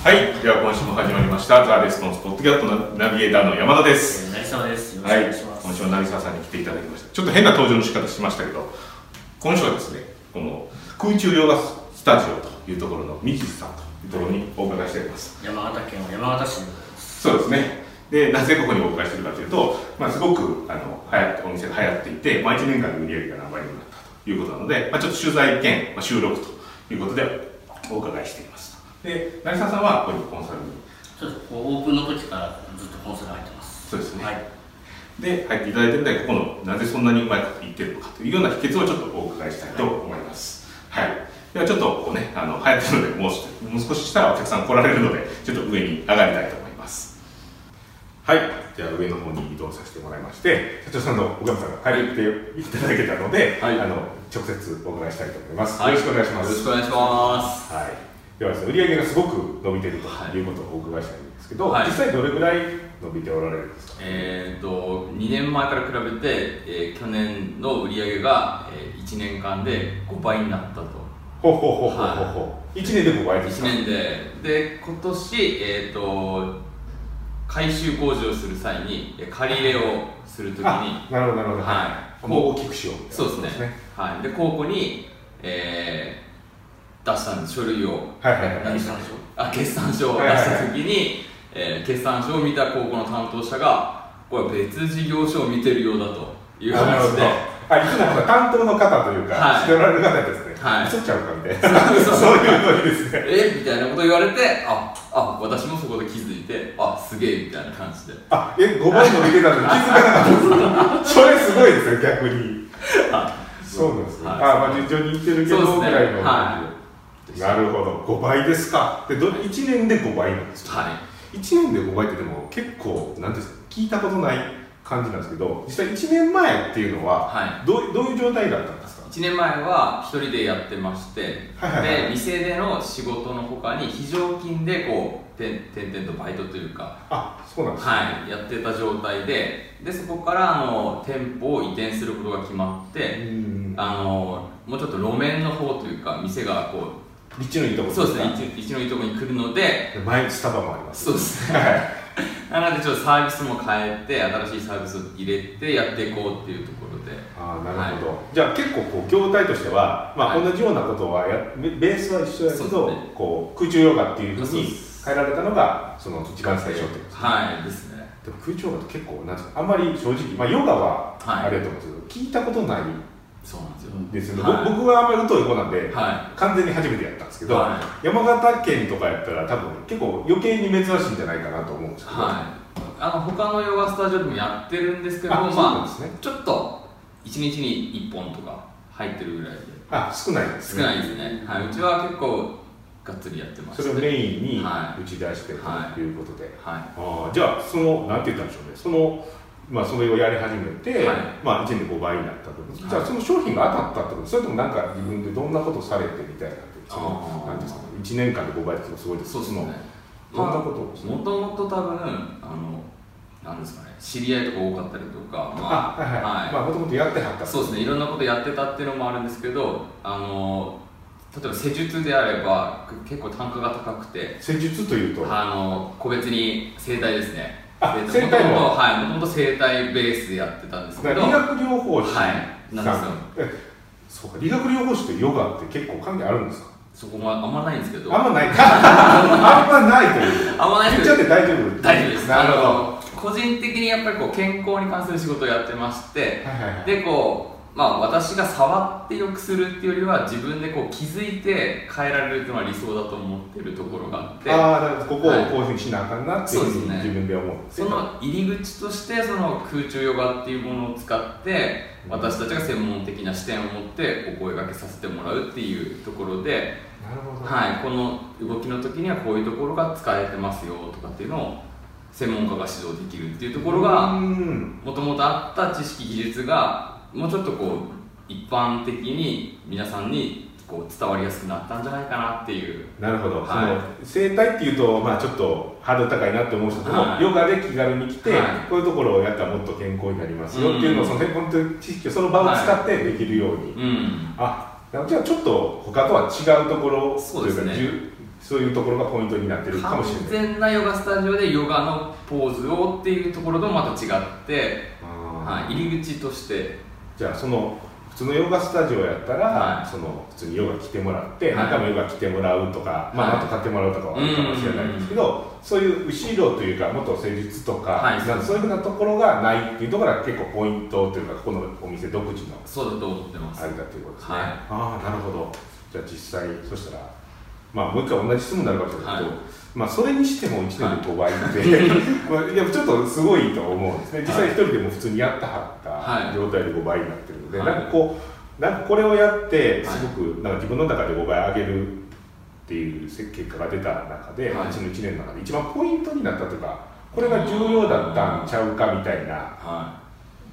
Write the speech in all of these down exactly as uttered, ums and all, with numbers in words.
はい、では今週も始まりましたザ・レスポンスポッドキャストのナビゲーターの山田です。 成沢です。よろしくお願いします。 はい、今週は成沢さんに来ていただきました。ちょっと変な登場の仕方しましたけど、今週はですね、この空中ヨガスタジオというところの三木さんというところにお伺いしております。 山形県の山形市に。 そうですね。で、なぜここにお伺いしているかというと、まあ、すごくあの流行ってお店が流行っていて、まあ、いちねんかんで売り上げが何倍になったということなので、まあ、ちょっと取材兼、まあ、収録ということでお伺いしています。で、成沢さんはここにコンサルに。 そうです。オープンの時からずっとコンサル入ってます。 そうですね。 はい、 で、入っていただいているので、ここのなぜそんなにうまいこと言っているのかというような秘訣をちょっとお伺いしたいと思います。はい。はい、ではちょっとこうね、あの流行ってるので、もう少し、もう少ししたらお客さん来られるので、ちょっと上に上がりたいと思います。はい。じゃあ上の方に移動させてもらいまして、社長さんの岡部さんが入っていただけたので、はい、あの直接お伺いしたいと思います。はい、よろしくお願いします。 よろしくお願いします。 はい。ではですね、売上がすごく伸びているということをお伺いしたいんですけど、はい、実際どれぐらい伸びておられるんですか？ えーとにねんまえから比べて、えー、去年の売上が、えー、いちねんかんでごばいになったと。 ほうほうほうほうほう、はい、いちねんでごばいですか？ いちねんで、で今年、えーと改修工事をする際に借り入れをするときに、 なるほどなるほど、はい、もう大きくしようみたいな。 そうですね、はい、で公庫に、えー出したんです、書類を。 はいはいはい。 決算書。 あ、決算書を出したときに、えー、決算書を見た高校の担当者が、これ別事業所を見てるようだという話で。 あ、いつも担当の方というか、はい、しておられる方ですね。はい。そっちゃうかみたいな。そういうのですね。 えみたいなこと言われて、あ、あ、私もそこで気づいて、あ、すげえみたいな感じで。 あ、え、ごばい伸びてたのに気づかなかったですか？それすごいですよ、逆に。そうなんですね。あ、まあ順調にいってるけど、ぐらいの。はい。なるほど、ごばいですか。でどいちねんでごばいなんですか？はい、いちねんでごばいってでも結構なんですか、聞いたことない感じなんですけど、実際いちねんまえっていうのは、はい、ど, どういう状態だったんですか？ いちねんまえはひとりでやってまして、はいはいはい、で店での仕事のほかに非常勤でこう点々とバイトというか、 あ、そうなんですね、 はい、やってた状態で、でそこからあの店舗を移転することが決まって、あのもうちょっと路面の方というか店がこう立地のいいところ、 そうですね、立地のいいところに来るので、 毎日スタバもあります。 そうですねなのでちょっとサービスも変えて、新しいサービスを入れてやっていこうっていうところで。 ああ、なるほど、はい、じゃあ結構こう業態としては、まあ、同じようなことはやベースは一緒だけど、ね、こう空中ヨガっていうふうに変えられたのがその一番最初ってことですね。 はいですね。 でも空中ヨガって結構なんですか、あんまり正直、まあ、ヨガはあれだと思うんですけど、聞いたことない。 そうなんですよ。 ですよね、はい、僕はあんまり疎い子なんで、はい、完全に初めてやったんですけど、はい、山形県とかやったら多分結構余計に珍しいんじゃないかなと思うんですけど、はい、 あの他のヨガスタジオでもやってるんですけど、 あ、まあ、ね、 ちょっといちにちにいっぽんとか入ってるぐらいで、 あ、少ないですね。 少ないですね、はい、うちは結構がっつりやってまして、 それをメインに打ち出してということで、はいはい、あ、じゃあそのなんて言ったんでしょうね、そのまあそれをやり始めて、はい、まあいちねんでごばいになったと、はい、じゃあその商品が当たったってこと、それともなんか自分でどんなことされてみたいなって、そのなんですかね、いちねんかんでごばいってすごいです。 そうですね。 どんなことを、 まあ、もともと多分あのなんですかね、知り合いとか多かったりとか、 まあ、はいはい、はい、まあもともとやってはった。 そうですね、いろんなことやってたっていうのもあるんですけど、あの例えば施術であれば結構単価が高くて、 施術というとあの個別に整体ですね。 整体も、 はい、もともと整体ベースでやってたんですけど、 理学療法士、 はい、なんですよ。 え、そうか、理学療法士とヨガって結構関係あるんですか？ そこもあんまないんですけど、 あんまないあんまないというあんまないですけど、大丈夫？ 大丈夫です。 なるほど。 個人的にやっぱりこう健康に関する仕事をやってまして、はいはいはい、でこうまあ私が触って良くするっていうよりは自分でこう気づいて変えられるっていうのは理想だと思ってるところがあって、 ああ、だからここをこういうふうにしなあかんなっていうふうに自分で思う。 その入り口としてその空中ヨガっていうものを使って私たちが専門的な視点を持ってお声掛けさせてもらうっていうところで、 なるほど、 はい、この動きの時にはこういうところが使えてますよとかっていうのを専門家が指導できるっていうところがもともとあった知識技術がもうちょっとこう一般的に皆さんにこう伝わりやすくなったんじゃないかなっていう。 なるほど、はい、その整体っていうと、まあ、ちょっとハードル高いなって思う人も、はい、ヨガで気軽に来て、はい、こういうところをやったらもっと健康になりますよっていうのを、その本当に知識をその場を使ってできるように、はい、うん、あ、じゃあちょっと他とは違うところというか、 そういうところがポイントになってるかもしれない。 完全なヨガスタジオでヨガのポーズをっていうところとまた違って、はい、入り口として。 じゃあその普通のヨガスタジオやったら、はい、その普通にヨガ来てもらって、はい、中もヨガ来てもらうとか、まあ、マット買ってもらうとかはあるかもしれないんですけど、そういう後ろというか元施術とか、はい、なんかそういうふうなところがないっていうところが結構ポイントというか、ここのお店独自のそうだと思ってますあれだということですね。 はい、 ああなるほど。じゃあ実際そしたら、まあ、もう一回同じ質問になるかもしれないけど、はい、まあ、それにしてもいちねんでごばいって、はい、まあいやちょっとすごいと思うんですね。実際一人でも普通にやったはった状態でごばいになってるので、はい、なんかこうなんかこれをやってすごくなんか自分の中でごばい上げるっていう結果が出た中で、はい、うちのいちねんの中で一番ポイントになったとか、これが重要だったんちゃうかみたいな、はい、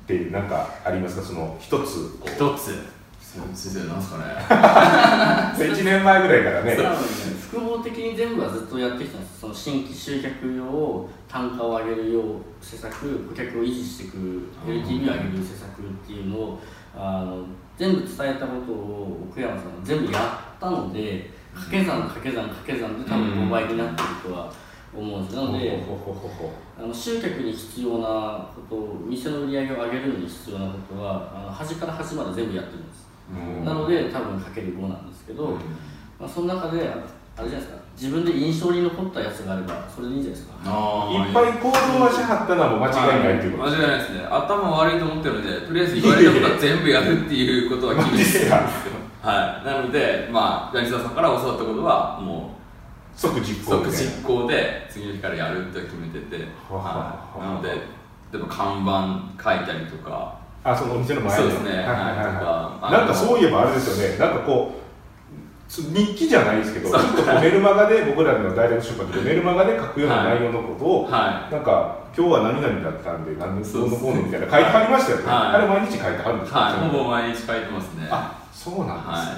ってなんかありますか？その一つ一つ先生なんですかねいちねんまえぐらいからね。 複合的に全部はずっとやってきたんです。その新規集客用、単価を上げるよう施策、顧客を維持していく エルティービー を上げる施策っていうのをあの全部伝えたことを奥山さんが全部やったので、掛け算掛け算掛け算で多分ごばいになってるとは思うんです。なのであの集客に必要なことを、店の売り上げを上げるのに必要なことはあの端から端まで全部やってるんです。なので多分かけるごなんですけど、まあ、その中であれじゃないですか、自分で印象に残ったやつがあればそれでいいんじゃないですか。 あいっぱい行動はしはったのはもう間違いないっていうことです。 間違いないですね。頭悪いと思ってるので、とりあえず言われたことは全部やるっていうことは決めてるんですよ。はい、なので、まあ、柳沢さんから教わったことはもう即実行即実行で次の日からやるって決めてて、はい、なので例えば看板書いたりとか、 あ、そのお店の前で、 そうですね、はいはい、 なんかそういえばあれですよね、なんかこう日記じゃないですけど、ちょっとこうメルマガで僕らのダイレクト出版でメルマガで書くような内容のことを、はい、なんか今日は何々だったんで何のどうのこうのみたいな書いてはりましたよね。はい、あれ毎日書いてはるんですか？ はい、ほぼ毎日書いてますね。 あ、そうなんですね。はい、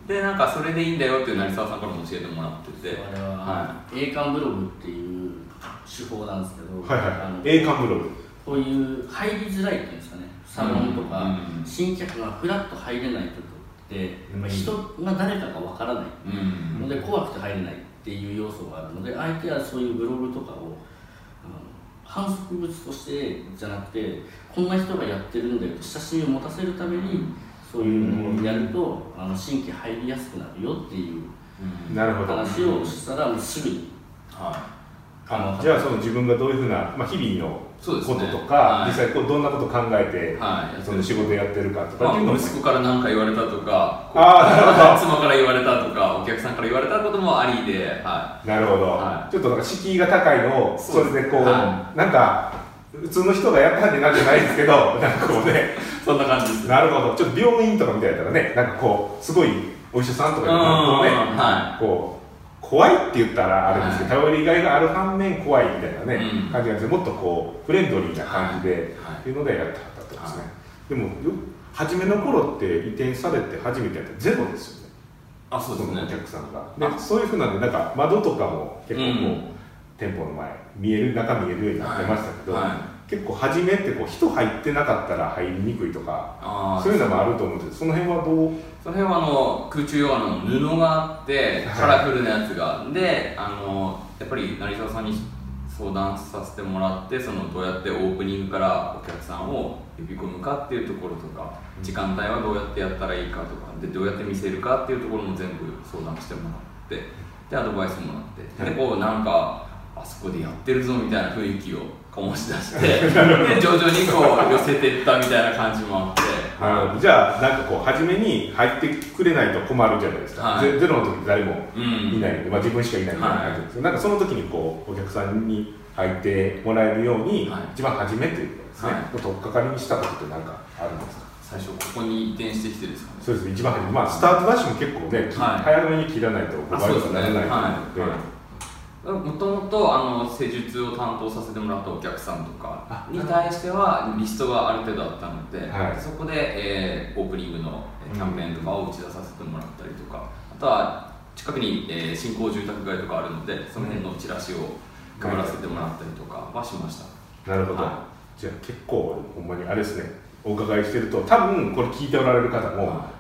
でなんかそれでいいんだよっていう成沢さんからも教えてもらってて、 あれは、はい、栄冠ブログっていう手法なんですけど、 はいはい、栄冠ブログ、 こういう入りづらいっていうんですかね、サロンとか、うん、新客がフラッと入れない時って人が誰かがわからないので怖くて入れないっていう要素があるので、相手はそういうブログとかを反則物としてじゃなくて、こんな人がやってるんだよと写真を持たせるためにそういうのをやるとあの新規入りやすくなるよっていう話をしたらもうすぐに、はい、 あじゃあその自分がどういうふうな、まあ、日々のこととか、はい、実際こうどんなことを考えて、はい、その仕事やってるかとかっていうのも、 息子から何か言われたとか、 あ妻から言われたとか、お客さんから言われたこともありで、はい、 なるほど、はい、ちょっとなんか敷居が高いのをそれでこう、はい、なんか普通の人がやったんでなんじゃないですけどなんかこうねそんな感じです。 なるほど。ちょっと病院とかみたいだったらね、なんかこうすごいお医者さんとかこうね、はい、こう怖いって言ったらあれですけど、頼りがいがある反面怖いみたいなね、うん、感じなんですけど、もっとこうフレンドリーな感じで、はい、っていうのでやってはったってことですね。はい、でも初めの頃って移転されて初めてやったゼロですよね。 あ、そうですね。 お客さんが。でそういうふうなんでなんか窓とかも結構こう、うん、店舗の前見える中見えるようになってましたけど。はいはい、結構初めってこう人入ってなかったら入りにくいとか、そういうのもあると思うんですけど、その辺はどう？ その辺はあの空中ヨガの布があってカラフルなやつがで、あのやっぱり成沢さんに相談させてもらって、そのどうやってオープニングからお客さんを呼び込むかっていうところとか、時間帯はどうやってやったらいいかとかで、どうやって見せるかっていうところも全部相談してもらって、でアドバイスもらって、でこうなんかあそこでやってるぞみたいな雰囲気を醸し出してで徐々にこう寄せていったみたいな感じもあって、 はい、じゃあなんかこう初めに入ってくれないと困るじゃないですか、はい、ゼロの時誰もいないので、うん、まあ、自分しかいないみたいな感じですけど、はい、なんかその時にこうお客さんに入ってもらえるように、はい、一番初めということですね、はい、とっかかりにしたことって何かあるんですか？ 最初ここに移転してきてですかね。 そうですね、一番初め、まあ、スタートダッシュも結構ね、はい、早めに切らないとごばいとかならないと思うので。 もともと施術を担当させてもらったお客さんとかに対してはリストがある程度あったので、はい、そこで、えー、オープニングのキャンペーンとかを打ち出させてもらったりとか、あとは近くに、えー、新興住宅街とかあるので、その辺のチラシを配らせてもらったりとかはしました。 なるほど、はい、じゃあ結構ほんまにあれですね、お伺いしてると多分これ聞いておられる方も、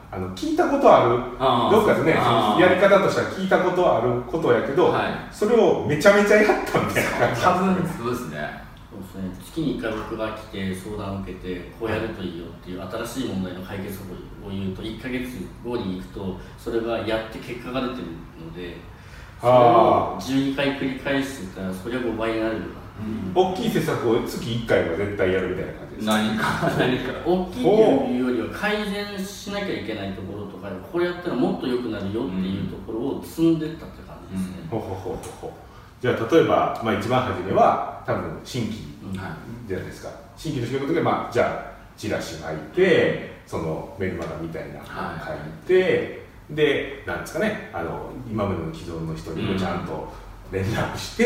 あの聞いたことあるどっかでね、そのやり方としては聞いたことあることやけど、はい、それをめちゃめちゃやったみたいな感じ。多分そうですね。 そうですね。月にいっかい僕が来て相談を受けてこうやるといいよっていう新しい問題の解決法を言うといっかげつごに行くとそれがやって結果が出てるので、それをじゅうにかい繰り返してたらそれはごばいになるような。 うん、大きい施策を月いっかいは絶対やるみたいな感じです。 何か何か大きいというよりは改善しなきゃいけないところとかこれやったらもっと良くなるよっていうところを積んでったって感じですね。 うん、ほほほほほ。じゃあ例えば、まあ、一番初めは多分新規じゃないですか。新規の仕事で、まあ、じゃあチラシ巻いて、そのメルマガみたいなのを書いて、はい、でなんですかね、あの今までの既存の人にもちゃんと連絡して、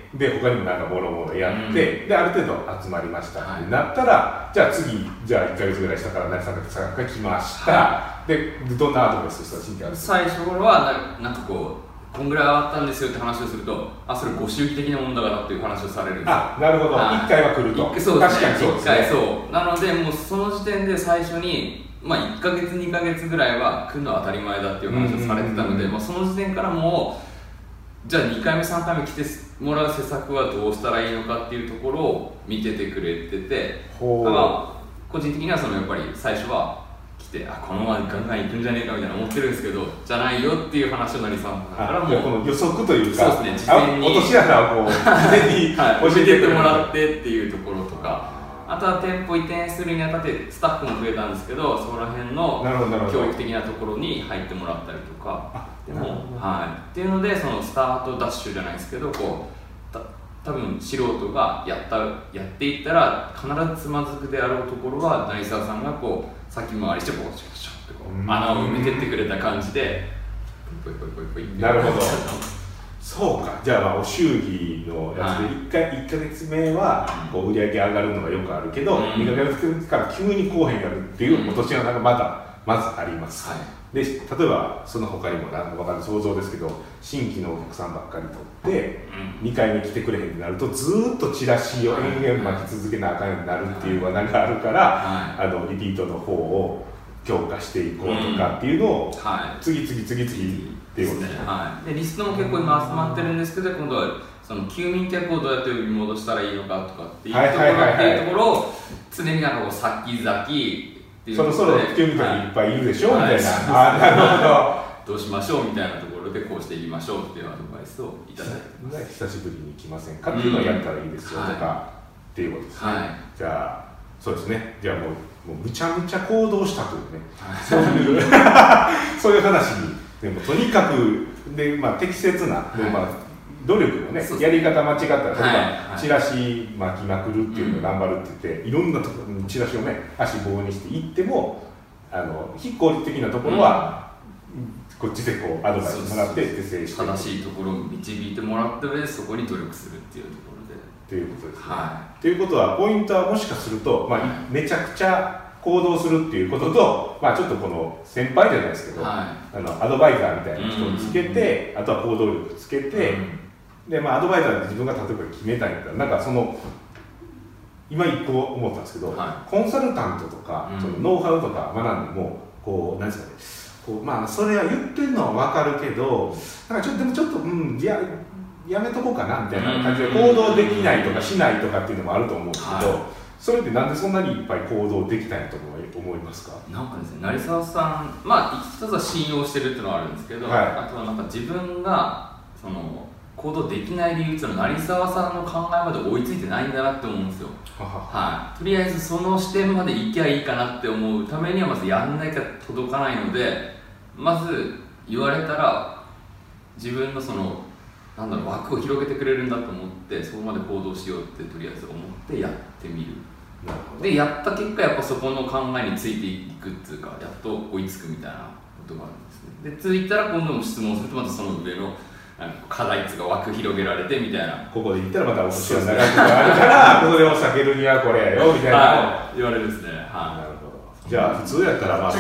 うん、で他にもなんかもろもろやって、うん、である程度集まりましたってなったら、はい、じゃあ次じゃあいっかげつぐらいしたから何さんかさんが来ました、はい、でどんなアドバイスした新規あるんですか？ 最初頃はななんかこうこんぐらい上がったんですよって話をすると、あそれご祝儀的なもんだからっていう話をされるんですよ。 あ、なるほど。いっかいは来ると。 そうですね。 確かにそうですね。 いっかいそうなのでもうその時点で最初にまあいっかげつにかげつぐらいは来るのは当たり前だっていう話をされてたので、まあその時点からもうじゃあにかいめさんかいめ来てもらう施策はどうしたらいいのかっていうところを見ててくれてて、だから個人的にはそのやっぱり最初は来てあこのままガンガン行くんじゃねえかみたいな思ってるんですけど、じゃないよっていう話を成さんからもこの予測というか、 そうですね、事前に落とし穴をこう事前に教えてもらってっていうところとか、あとは店舗移転するにあたってスタッフも増えたんですけど、そこら辺の教育的なところに入ってもらったりとか。でもはい、っていうのでそのスタートダッシュじゃないですけど、こうた多分素人がやったやっていったら必ずつまずくであろうところは成沢さんがこう先回りしてこうシュッシュッってこう穴を埋めてってくれた感じでポイポイポイポイポイって。 なるほど。そうか。じゃあ、まあお祝儀のやつでいっかい、はい、いっかげつめはこう売り上げ上がるのがよくあるけど、うん、にかげつから急にこうへんやるっていう落とし穴がまだまずあります。はい、で例えばその他にも何か分かる想像ですけど、新規のお客さんばっかり取って、うん、にかいめ来てくれへんってなるとずーっとチラシを延々巻き続けなあかんようになるっていう罠があるから、はい、あのリピートの方を強化していこうとかっていうのを、うんはい、次々次々っていうことですね。 はい、でリストも結構今集まってるんですけど、今度はその休眠客をどうやって呼び戻したらいいのかとかっていうところっていうところを常になんかこう先々 そろそろ休みとかいっぱいいるでしょ、はい、みたいな、 はい、あなるほどどうしましょうみたいなところでこうしていきましょうっていうアドバイスをいただいてます。 久しぶりに来ませんかっていうのをやったらいいですよとか、はい、っていうことですね、はい、じゃあそうですね、じゃあもう、もうむちゃむちゃ行動したというね、はい、そういうそういう話にでもとにかくで、まあ、適切な、はいでまあ努力のね、やり方間違ったら、例えば、はい、チラシ巻きまくるっていうのを頑張るって言って、うん、いろんなところにチラシをね、足棒にしていっても、あの非効率的なところは、うん、こっちでこうアドバイスもらって是正して正しいところを導いてもらった上でそこに努力するっていうところで。 っていうことですね。 はい、 ということは、ポイントはもしかすると、まあ、めちゃくちゃ行動するっていうことと、まあ、ちょっとこの先輩じゃないですけど、はい、あのアドバイザーみたいな人をつけて、うん、あとは行動力つけて、うんでまあ、アドバイザーで自分が例えば決めたいんだったら、なんかその今一個思ったんですけど、はい、コンサルタントとか、うん、そのノウハウとか学んでもこうなんですかね、こうまあそれは言ってるのは分かるけど、なんかちょっとでもちょっとうんややめとこうかなみたいな感じで行動できないとかしないとかっていうのもあると思うんですけど、はい、それってなんでそんなにいっぱい行動できたいと思いますか？ なんかですね、成沢さん、まあ一つは信用してるっていうのはあるんですけど、はい、あとはなんか自分がその行動できない理由っていうのは成沢さんの考えまで追いついてないんだなって思うんですよ。はい、とりあえずその視点まで行きゃいいかなって思うためにはまずやんないと届かないので、まず言われたら自分のそのなんだろう枠を広げてくれるんだと思ってそこまで行動しようってとりあえず思ってやってみる。でやった結果やっぱそこの考えについていくっていうかやっと追いつくみたいなことがあるんですね。でついたら今度も質問するとまたその上の課題っていうか枠広げられてみたいな、 ここで言ったらまたお寿司が長くあるからここでお酒るにはこれよみたいな、 はい、言われるですね。 はい、なるほど。じゃあ普通やったらまあ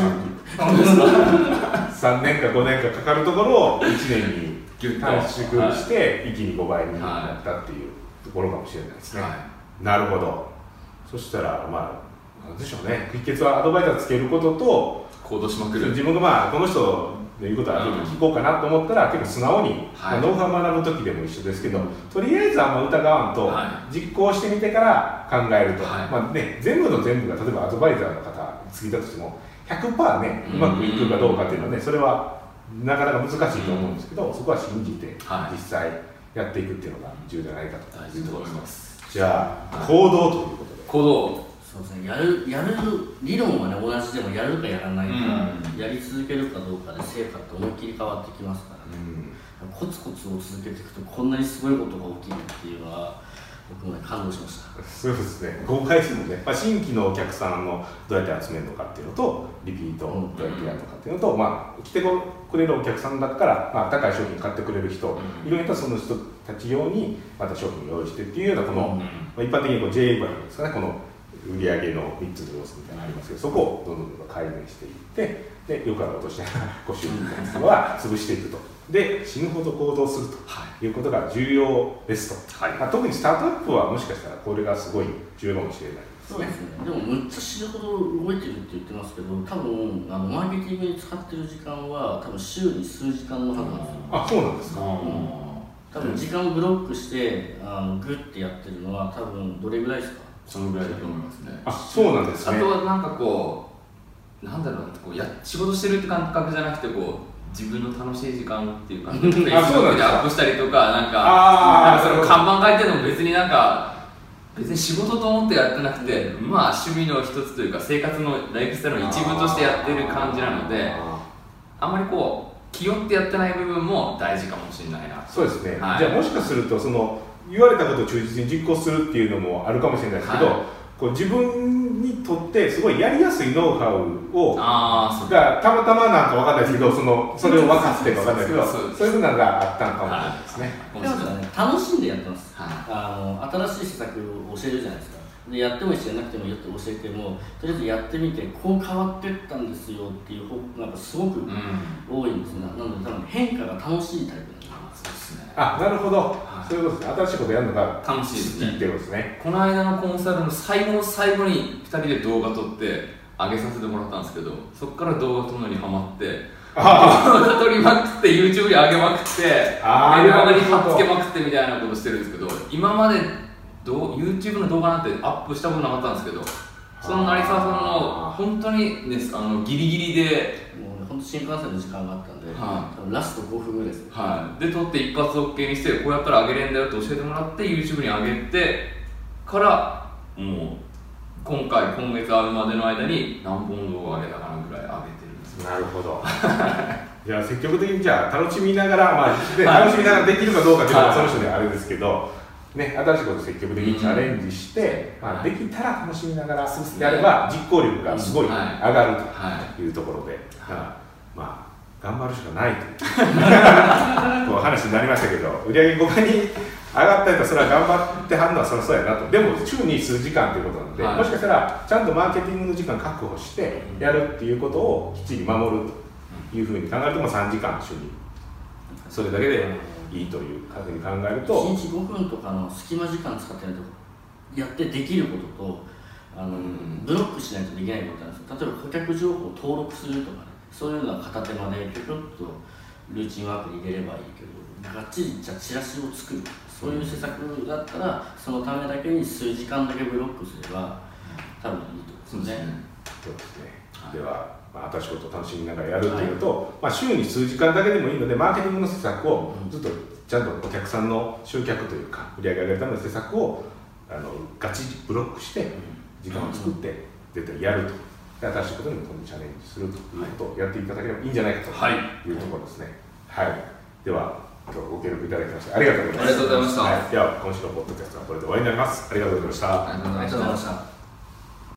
さんねんかごねんかかかるところをいちねんに短縮して一気にごばいになったっていうところかもしれないですね。はい、なるほど。そしたらまあなんでしょうね、クイケツはアドバイザーつけることと行動しまくる。 自分がまあこの人の言うことは後で聞こうかなと思ったら、結構素直に、はい、まあ、ノウハウを学ぶ時でも一緒ですけど、とりあえずあんま疑わんと、はい、実行してみてから考えると、はい、まあね、全部の全部が例えばアドバイザーの方次いたとしても ひゃくパーセント ね、うまくいくかどうかっていうのはね、それはなかなか難しいと思うんですけど、そこは信じて実際やっていくっていうのが重要じゃないかというところです。じゃあ、はい、行動ということで。 行動。 そうですね、やる、やる理論はね、同じでもやるかやらないか、うん、やり続けるかどうかで成果って思いっきり変わってきますからね、うん、コツコツを続けていくとこんなにすごいことが起きるっていうのは僕もね、感動しました。 そうですね、公開してもね、まあ、新規のお客さんのどうやって集めるのかっていうのと、リピートをどうやってやるのかっていうのと、うん、まあ、来てくれるお客さんだったら、まあ、高い商品買ってくれる人、うん、いろいろとその人たち用にまた商品を用意してっていうようなこの、うん、まあ、一般的にこう ジェーエー グラフですかね、この売上のみっつの要素みたいなのがありますけど、そこをどんどんどん改善していって、でよくある落とし穴ご収入みたいなのは潰していくと、で死ぬほど行動するということが重要ですと、はい、まあ、特にスタートアップはもしかしたらこれがすごい重要かもしれないですね。 そうですね、でもむっちゃ死ぬほど動いてるって言ってますけど、多分あのマーケティングに使ってる時間は多分週に数時間のはずなんですよ。 あ、そうなんですか。うん、 多分時間ブロックしてあのグッてやってるのは多分どれぐらいですか。 そのぐらいだと思いますね。 あ、そうなんですね。 あとはなんかこう、なんだろうな、こうや仕事してるって感覚じゃなくて、こう自分の楽しい時間っていう感じで、フェイスブックでアップしたりとか、なんか、なんかその看板書いてるのも別になんか、別に仕事と思ってやってなくて、まあ趣味の一つというか、生活のライフスタイルの一部としてやってる感じなので、あんまりこう、気負ってやってない部分も大事かもしれないな。 そうですね。はい、じゃあもしかすると、その、言われたことを忠実に実行するっていうのもあるかもしれないですけど、はい、こう自分にとってすごいやりやすいノウハウをがたまたまなんかわかんないですけど、そのそれを分かってかわかんないですけど、そういうふうなのがあったのかもしれないですね。 でもね、楽しんでやってます。はい、あの新しい施策を教えるじゃないですか。でやってもいいしやなくてもいいよって教えても、とりあえずやってみてこう変わっていったんですよっていう報告がすごく多いんですね。なので多分変化が楽しいタイプなんです。 そうですね。 あ、なるほど。そういうことですね。新しいことやるのが楽しいですね。 っていうことですね。 この間のコンサルの最後の最後にふたりで動画撮って上げさせてもらったんですけど、そこから動画撮るのにハマって、動画撮りまくって YouTube に上げまくって、メルマガに貼っつけまくってみたいなことしてるんですけど、今までどう YouTube の動画なんてアップしたことなかったんですけど、その成沢さんの本当にね、あのギリギリで。 本当新幹線の時間があったんで、はい、多分ラストごふんぐらいです、ね、 はい、で撮って一発 OK にして、こうやったら上げれんだよって教えてもらって YouTube に上げてからもう今回今月会うまでの間に何本動画上げたかなぐらい上げてるんです。 なるほどじゃあ積極的にじゃあ楽しみながら、まあ、で楽しみながらできるかどうかっていうのはその人であれですけど、ね、新しいことを積極的にチャレンジして、うん、まあ、できたら楽しみながらやれば実行力がすごい上がるというところで、まあ頑張るしかないという話になりましたけど、売上ごばいに上がったりとそれは頑張ってはるのはそりゃそうやなと。でも週に数時間ということなので、はい、もしかしたらちゃんとマーケティングの時間確保してやるっていうことをきっちり守るというふうに考えると、さんじかん週にそれだけでいいという感じに考えると、 いちにちごふんとかの隙間時間使ってないとやってできることと、あの、うん、ブロックしないとできないことなんですよ。例えば顧客情報を登録するとかね、そういうのは片手間でぴょぴょっとルーチンワークに入れればいいけど、がっちりじゃチラシを作る、そういう施策だったらそのためだけに数時間だけブロックすれば多分いいと思うんですね。 そうですね。では、まあ、新しいことを楽しみながらやるというのと、はい、まあ、週に数時間だけでもいいので、マーケティングの施策をずっとちゃんとお客さんの集客というか売り上げ上げるための施策をあのガチブロックして時間を作って絶対やると。新しいことにもチャレンジするということをやっていただければいいんじゃないかというところですね。はい、はい、では今日ご協力いただきましてありがとうございました。 ありがとうございました。 はい、では今週のポッドキャストはこれで終わりになります。ありがとうございました。 ありがとうございました。